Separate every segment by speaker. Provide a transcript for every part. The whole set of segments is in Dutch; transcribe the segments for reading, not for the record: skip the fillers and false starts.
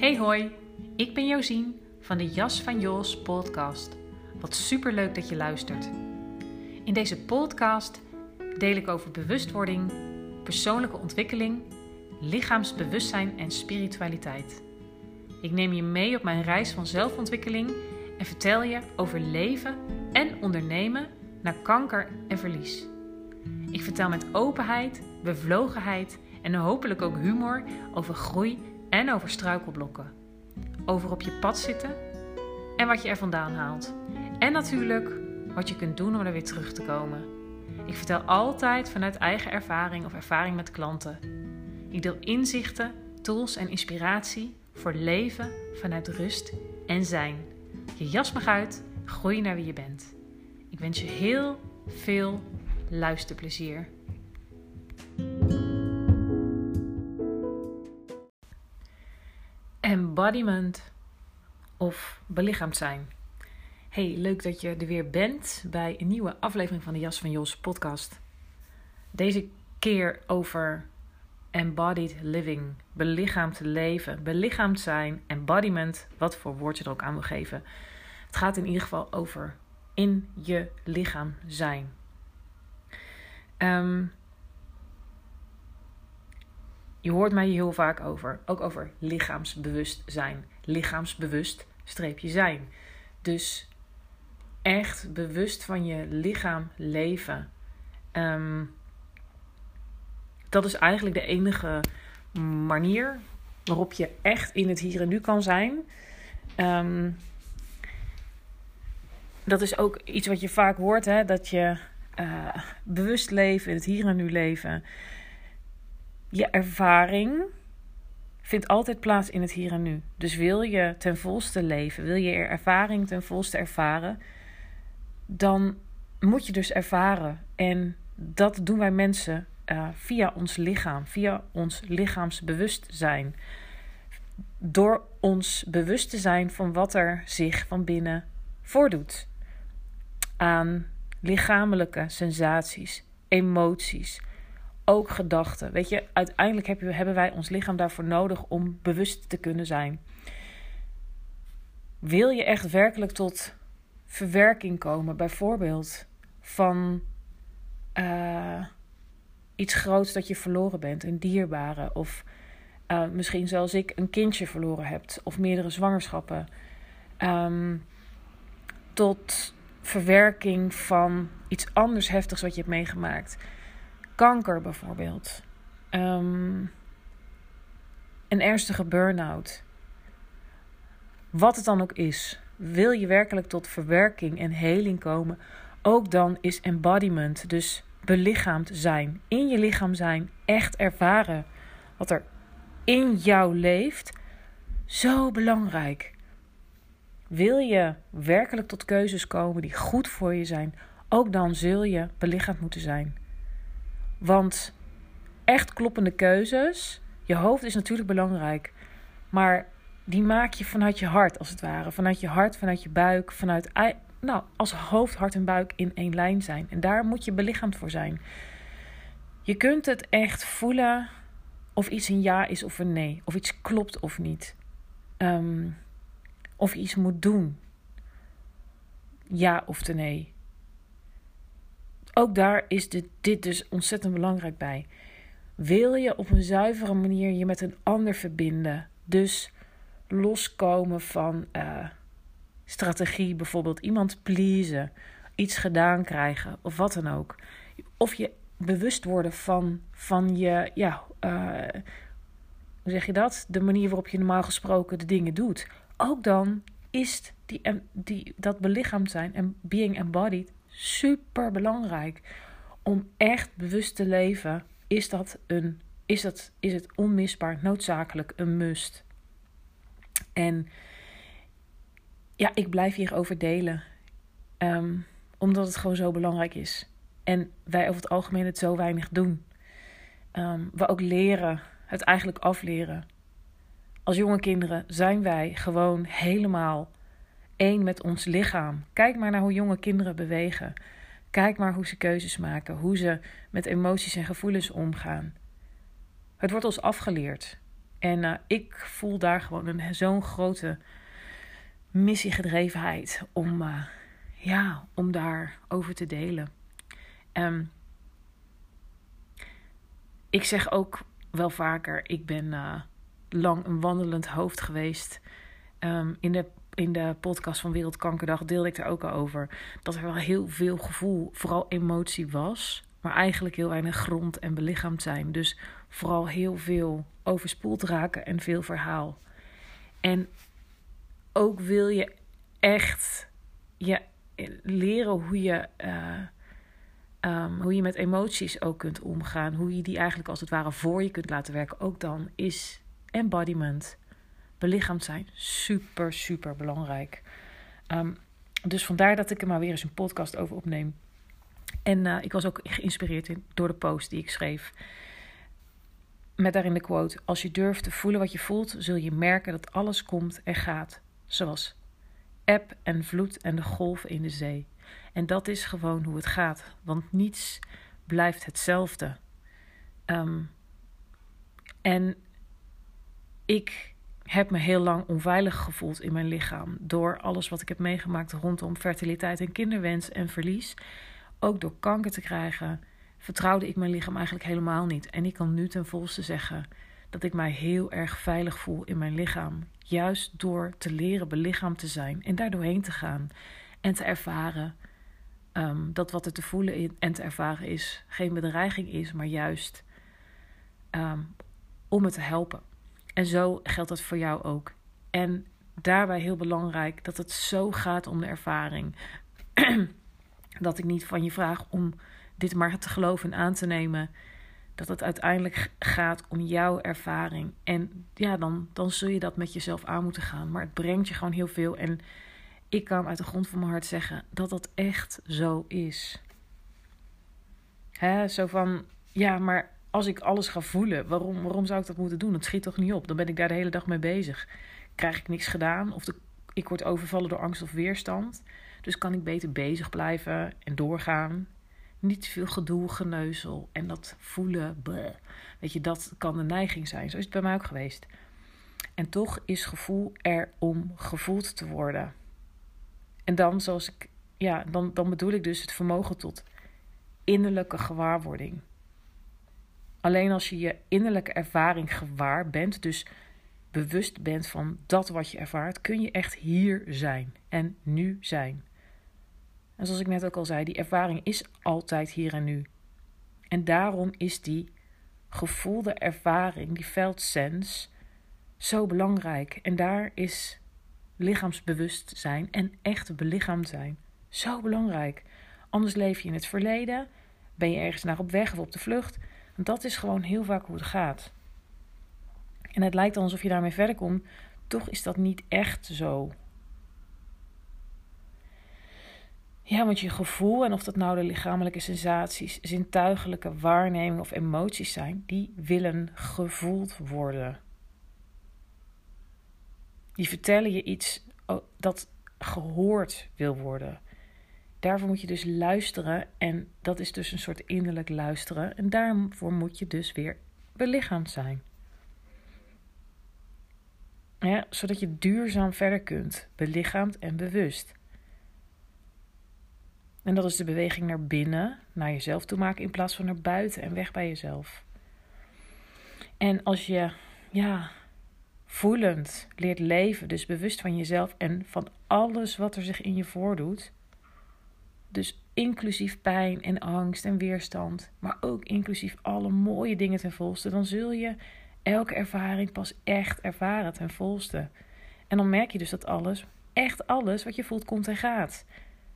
Speaker 1: Hey hoi, ik ben Josien van de Jas van Jos podcast. Wat superleuk dat je luistert. In deze podcast deel ik over bewustwording, persoonlijke ontwikkeling, lichaamsbewustzijn en spiritualiteit. Ik neem je mee op mijn reis van zelfontwikkeling en vertel je over leven en ondernemen na kanker en verlies. Ik vertel met openheid, bevlogenheid en hopelijk ook humor over groei en over struikelblokken. Over op je pad zitten en wat je er vandaan haalt. En natuurlijk wat je kunt doen om er weer terug te komen. Ik vertel altijd vanuit eigen ervaring of ervaring met klanten. Ik deel inzichten, tools en inspiratie voor leven vanuit rust en zijn. Je jas mag uit, groei naar wie je bent. Ik wens je heel veel luisterplezier. Embodiment of belichaamd zijn. Hey, leuk dat je er weer bent bij een nieuwe aflevering van de Jas van Jos podcast. Deze keer over embodied living, belichaamd leven, belichaamd zijn, embodiment, wat voor woord je er ook aan wil geven. Het gaat in ieder geval over in je lichaam zijn. Je hoort mij hier heel vaak over. Ook over lichaamsbewustzijn. Lichaamsbewust streepje zijn. Dus echt bewust van je lichaam leven. Dat is eigenlijk de enige manier waarop je echt in het hier en nu kan zijn. Dat is ook iets wat je vaak hoort. Hè? Dat je bewust leven, in het hier en nu leven. Je ervaring vindt altijd plaats in het hier en nu. Dus wil je ten volste leven, wil je ervaring ten volste ervaren, dan moet je dus ervaren. En dat doen wij mensen via ons lichaam, via ons lichaamsbewustzijn. Door ons bewust te zijn van wat er zich van binnen voordoet. Aan lichamelijke sensaties, emoties, ook gedachten. Weet je, uiteindelijk hebben wij ons lichaam daarvoor nodig om bewust te kunnen zijn. Wil je echt werkelijk tot verwerking komen, bijvoorbeeld van iets groots dat je verloren bent, een dierbare, of misschien zoals ik een kindje verloren hebt, of meerdere zwangerschappen, tot verwerking van iets anders heftigs wat je hebt meegemaakt. Kanker bijvoorbeeld. Een ernstige burn-out. Wat het dan ook is. Wil je werkelijk tot verwerking en heling komen? Ook dan is embodiment, dus belichaamd zijn. In je lichaam zijn. Echt ervaren wat er in jou leeft. Zo belangrijk. Wil je werkelijk tot keuzes komen die goed voor je zijn? Ook dan zul je belichaamd moeten zijn. Want echt kloppende keuzes, je hoofd is natuurlijk belangrijk, maar die maak je vanuit je hart als het ware. Vanuit je hart, vanuit je buik, als hoofd, hart en buik in één lijn zijn. En daar moet je belichaamd voor zijn. Je kunt het echt voelen of iets een ja is of een nee. Of iets klopt of niet. Of je iets moet doen. Ja of nee. Ook daar is dit dus ontzettend belangrijk bij. Wil je op een zuivere manier je met een ander verbinden? Dus loskomen van strategie, bijvoorbeeld iemand pleasen, iets gedaan krijgen of wat dan ook. Of je bewust worden van je, hoe zeg je dat? De manier waarop je normaal gesproken de dingen doet. Ook dan is dat belichaamd zijn en being embodied super belangrijk. Om echt bewust te leven is het onmisbaar, noodzakelijk, een must. En ja, ik blijf hierover delen. Omdat het gewoon zo belangrijk is. En wij over het algemeen het zo weinig doen. We ook leren, het eigenlijk afleren. Als jonge kinderen zijn wij gewoon helemaal één met ons lichaam. Kijk maar naar hoe jonge kinderen bewegen. Kijk maar hoe ze keuzes maken. Hoe ze met emoties en gevoelens omgaan. Het wordt ons afgeleerd. En ik voel daar gewoon zo'n grote missiegedrevenheid om daarover te delen. Ik zeg ook wel vaker, ik ben lang een wandelend hoofd geweest. In de podcast van Wereldkankerdag deelde ik er ook al over. Dat er wel heel veel gevoel, vooral emotie was. Maar eigenlijk heel weinig grond en belichaamd zijn. Dus vooral heel veel overspoeld raken en veel verhaal. En ook wil je echt leren hoe je met emoties ook kunt omgaan. Hoe je die eigenlijk als het ware voor je kunt laten werken. Ook dan is embodiment, belichaamd zijn, super, super belangrijk. Dus vandaar dat ik er maar weer eens een podcast over opneem. En ik was ook geïnspireerd door de post die ik schreef. Met daarin de quote: als je durft te voelen wat je voelt, zul je merken dat alles komt en gaat. Zoals eb en vloed en de golven in de zee. En dat is gewoon hoe het gaat. Want niets blijft hetzelfde. En ik heb me heel lang onveilig gevoeld in mijn lichaam. Door alles wat ik heb meegemaakt rondom fertiliteit en kinderwens en verlies. Ook door kanker te krijgen, vertrouwde ik mijn lichaam eigenlijk helemaal niet. En ik kan nu ten volste zeggen dat ik mij heel erg veilig voel in mijn lichaam. Juist door te leren belichaamd te zijn en daar doorheen te gaan. En te ervaren dat wat er te voelen en te ervaren is geen bedreiging is, maar juist om me te helpen. En zo geldt dat voor jou ook. En daarbij heel belangrijk dat het zo gaat om de ervaring. Dat ik niet van je vraag om dit maar te geloven en aan te nemen. Dat het uiteindelijk gaat om jouw ervaring. En ja, dan zul je dat met jezelf aan moeten gaan. Maar het brengt je gewoon heel veel. En ik kan uit de grond van mijn hart zeggen dat dat echt zo is. Zo van, ja, maar als ik alles ga voelen, waarom zou ik dat moeten doen? Dat schiet toch niet op? Dan ben ik daar de hele dag mee bezig. Krijg ik niks gedaan? Of ik word overvallen door angst of weerstand. Dus kan ik beter bezig blijven en doorgaan. Niet te veel gedoe, geneuzel en dat voelen. Bleh. Weet je, dat kan de neiging zijn. Zo is het bij mij ook geweest. En toch is gevoel er om gevoeld te worden. En dan, dan bedoel ik dus het vermogen tot innerlijke gewaarwording. Alleen als je je innerlijke ervaring gewaar bent, dus bewust bent van dat wat je ervaart, kun je echt hier zijn en nu zijn. En zoals ik net ook al zei, die ervaring is altijd hier en nu. En daarom is die gevoelde ervaring, die felt sense, zo belangrijk. En daar is lichaamsbewustzijn en echt belichaamd zijn zo belangrijk. Anders leef je in het verleden, ben je ergens naar op weg of op de vlucht. Want dat is gewoon heel vaak hoe het gaat. En het lijkt dan alsof je daarmee verder komt. Toch is dat niet echt zo. Ja, want je gevoel, en of dat nou de lichamelijke sensaties, zintuigelijke waarnemingen of emoties zijn, die willen gevoeld worden. Die vertellen je iets dat gehoord wil worden. Daarvoor moet je dus luisteren en dat is dus een soort innerlijk luisteren. En daarvoor moet je dus weer belichaamd zijn. Ja, zodat je duurzaam verder kunt, belichaamd en bewust. En dat is de beweging naar binnen, naar jezelf toe maken in plaats van naar buiten en weg bij jezelf. En als je voelend leert leven, dus bewust van jezelf en van alles wat er zich in je voordoet, dus inclusief pijn en angst en weerstand, maar ook inclusief alle mooie dingen ten volste, dan zul je elke ervaring pas echt ervaren ten volste. En dan merk je dus dat echt alles wat je voelt komt en gaat.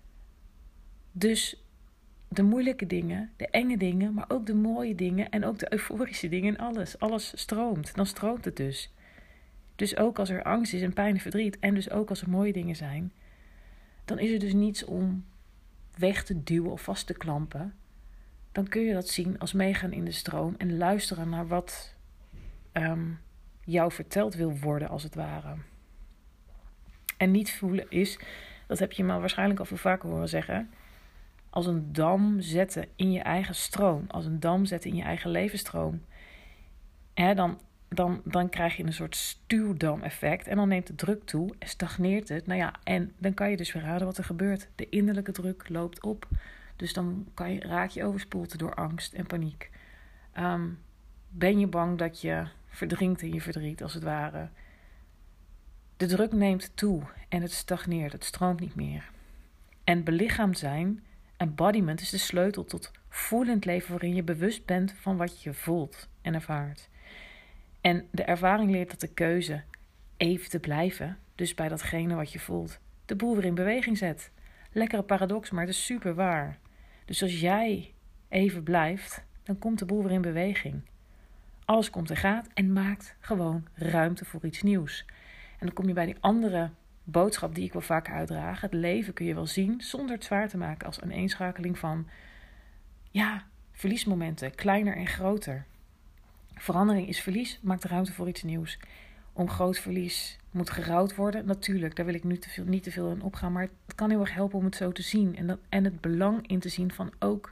Speaker 1: Dus de moeilijke dingen, de enge dingen, maar ook de mooie dingen en ook de euforische dingen en alles stroomt. Dan stroomt het dus. Dus ook als er angst is en pijn en verdriet en dus ook als er mooie dingen zijn, dan is er dus niets om weg te duwen of vast te klampen. Dan kun je dat zien als meegaan in de stroom en luisteren naar wat jou verteld wil worden als het ware. En niet voelen is, dat heb je me waarschijnlijk al veel vaker horen zeggen, als een dam zetten in je eigen stroom. Als een dam zetten in je eigen levensstroom. Dan
Speaker 2: dan krijg je een soort stuwdam-effect. En dan neemt de druk toe en stagneert het. Nou ja, en dan kan je dus weer raden wat er gebeurt. De innerlijke druk loopt op. Dus dan raak je overspoeld door angst en paniek. Ben je bang dat je verdrinkt in je verdriet, als het ware. De druk neemt toe en het stagneert. Het stroomt niet meer. En belichaamd zijn, embodiment, is de sleutel tot voelend leven waarin je bewust bent van wat je voelt en ervaart. En de ervaring leert dat de keuze even te blijven, dus bij datgene wat je voelt, de boel weer in beweging zet. Lekkere paradox, maar het is super waar. Dus als jij even blijft, dan komt de boel weer in beweging. Alles komt en gaat en maakt gewoon ruimte voor iets nieuws. En dan kom je bij die andere boodschap die ik wel vaak uitdraag. Het leven kun je wel zien zonder het zwaar te maken als aaneenschakeling van verliesmomenten, kleiner en groter. Verandering is verlies, maakt ruimte voor iets nieuws. Om groot verlies moet gerouwd worden. Natuurlijk, daar wil ik nu niet te veel in opgaan. Maar het kan heel erg helpen om het zo te zien. En het belang in te zien van ook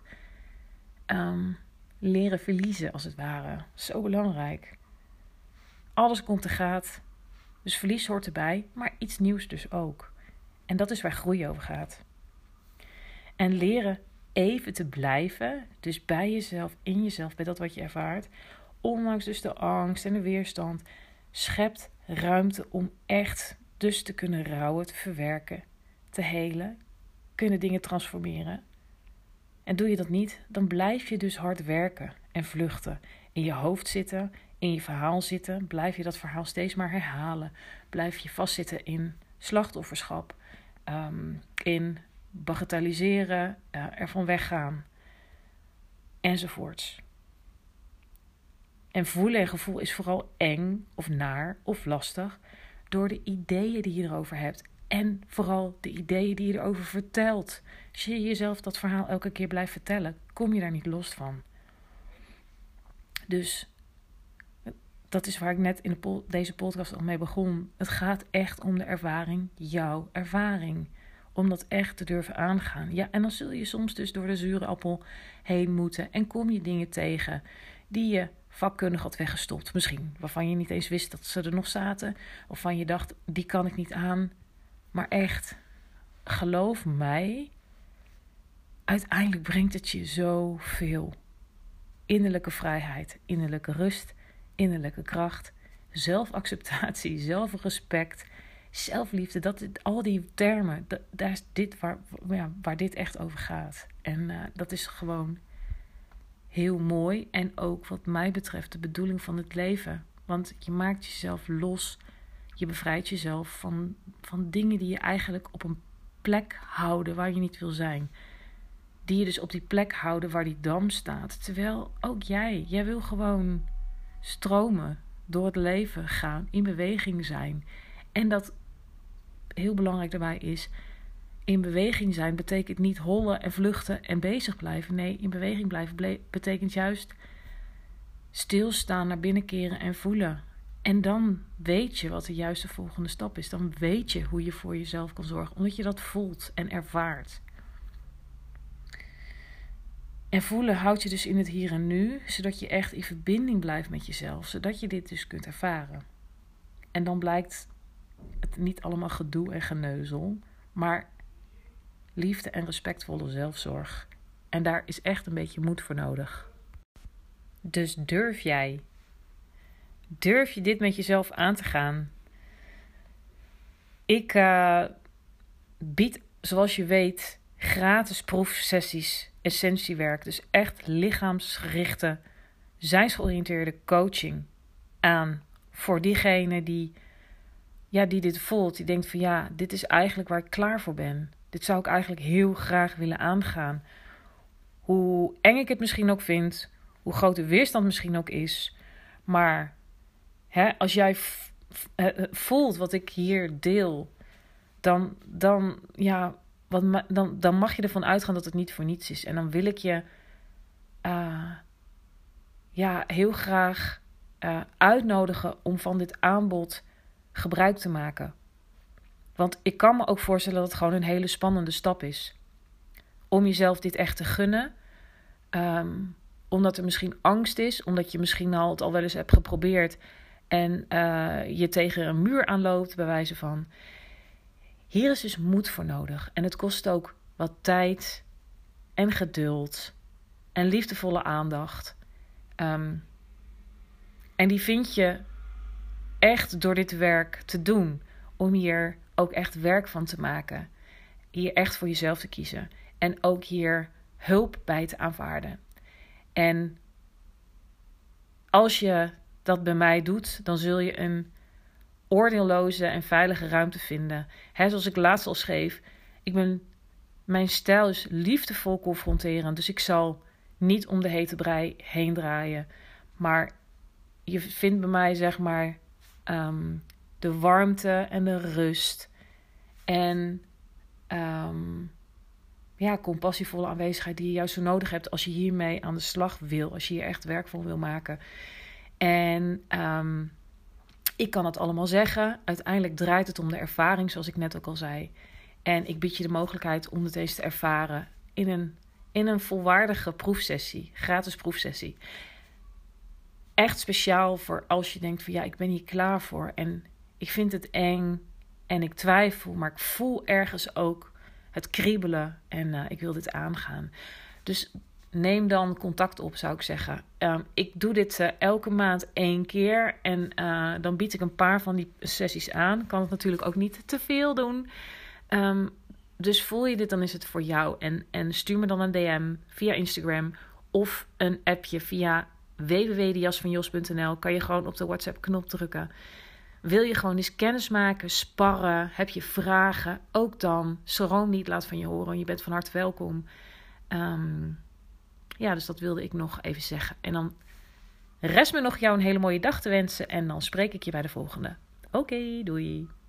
Speaker 2: leren verliezen, als het ware. Zo belangrijk. Alles komt en gaat. Dus verlies hoort erbij, maar iets nieuws dus ook. En dat is waar groei over gaat. En leren even te blijven, dus bij jezelf, in jezelf, bij dat wat je ervaart, ondanks dus de angst en de weerstand, schept ruimte om echt dus te kunnen rouwen, te verwerken, te helen, kunnen dingen transformeren. En doe je dat niet, dan blijf je dus hard werken en vluchten, in je hoofd zitten, in je verhaal zitten, blijf je dat verhaal steeds maar herhalen, blijf je vastzitten in slachtofferschap, in bagatelliseren, ervan weggaan, enzovoorts. En voelen en gevoel is vooral eng of naar of lastig door de ideeën die je erover hebt. En vooral de ideeën die je erover vertelt. Als je jezelf dat verhaal elke keer blijft vertellen, kom je daar niet los van. Dus dat is waar ik net in deze podcast al mee begon. Het gaat echt om de ervaring, jouw ervaring. Om dat echt te durven aangaan. Ja, en dan zul je soms dus door de zure appel heen moeten. En kom je dingen tegen die je vakkundig had weggestopt. Misschien waarvan je niet eens wist dat ze er nog zaten. Of van je dacht, die kan ik niet aan. Maar echt, geloof mij, uiteindelijk brengt het je zoveel. Innerlijke vrijheid, innerlijke rust, innerlijke kracht, zelfacceptatie, zelfrespect, zelfliefde. Al die termen, daar is dit waar dit echt over gaat. En dat is gewoon heel mooi. En ook wat mij betreft de bedoeling van het leven. Want je maakt jezelf los. Je bevrijdt jezelf van dingen die je eigenlijk op een plek houden waar je niet wil zijn. Die je dus op die plek houden waar die dam staat. Terwijl ook jij wil gewoon stromen, door het leven gaan, in beweging zijn. En dat heel belangrijk daarbij is, in beweging zijn betekent niet hollen en vluchten en bezig blijven. Nee, in beweging blijven betekent juist stilstaan, naar binnen keren en voelen. En dan weet je wat de juiste volgende stap is. Dan weet je hoe je voor jezelf kan zorgen, omdat je dat voelt en ervaart. En voelen houdt je dus in het hier en nu, zodat je echt in verbinding blijft met jezelf, zodat je dit dus kunt ervaren. En dan blijkt het niet allemaal gedoe en geneuzel, maar liefde en respectvolle zelfzorg. En daar is echt een beetje moed voor nodig. Dus durf jij? Durf je dit met jezelf aan te gaan? Ik bied, zoals je weet, gratis proefsessies, essentiewerk. Dus echt lichaamsgerichte, zijnsgeoriënteerde coaching aan voor diegene die dit voelt. Die denkt van dit is eigenlijk waar ik klaar voor ben. Dit zou ik eigenlijk heel graag willen aangaan. Hoe eng ik het misschien ook vind, hoe groot de weerstand misschien ook is. Maar als jij voelt wat ik hier deel, dan mag je ervan uitgaan dat het niet voor niets is. En dan wil ik je heel graag uitnodigen om van dit aanbod gebruik te maken. Want ik kan me ook voorstellen dat het gewoon een hele spannende stap is. Om jezelf dit echt te gunnen. Omdat er misschien angst is. Omdat je misschien het al wel eens hebt geprobeerd. en je tegen een muur aanloopt, bij wijze van. Hier is dus moed voor nodig. En het kost ook wat tijd en geduld en liefdevolle aandacht. En die vind je echt door dit werk te doen. Om hier ook echt werk van te maken. Hier echt voor jezelf te kiezen. En ook hier hulp bij te aanvaarden. En als je dat bij mij doet, dan zul je een oordeelloze en veilige ruimte vinden. Zoals ik laatst al schreef, mijn stijl is liefdevol confronterend. Dus ik zal niet om de hete brei heen draaien. Maar je vindt bij mij, zeg maar, de warmte en de rust. En compassievolle aanwezigheid die je juist zo nodig hebt als je hiermee aan de slag wil. Als je hier echt werk van wil maken. En ik kan het allemaal zeggen. Uiteindelijk draait het om de ervaring, zoals ik net ook al zei. En ik bied je de mogelijkheid om het eens te ervaren in een volwaardige proefsessie. Gratis proefsessie. Echt speciaal voor als je denkt van ja, ik ben hier klaar voor. En ik vind het eng en ik twijfel. Maar ik voel ergens ook het kriebelen en ik wil dit aangaan. Dus neem dan contact op, zou ik zeggen. Ik doe dit elke maand 1 keer. En dan bied ik een paar van die sessies aan. Kan het natuurlijk ook niet te veel doen. Dus voel je dit, dan is het voor jou. En stuur me dan een DM via Instagram. Of een appje via www.dejasvanjos.nl. Kan je gewoon op de WhatsApp knop drukken. Wil je gewoon eens kennis maken, sparren? Heb je vragen? Ook dan. Schroom niet, laat van je horen. Je bent van harte welkom. Dus dat wilde ik nog even zeggen. En dan rest me nog jou een hele mooie dag te wensen. En dan spreek ik je bij de volgende. Oké, doei.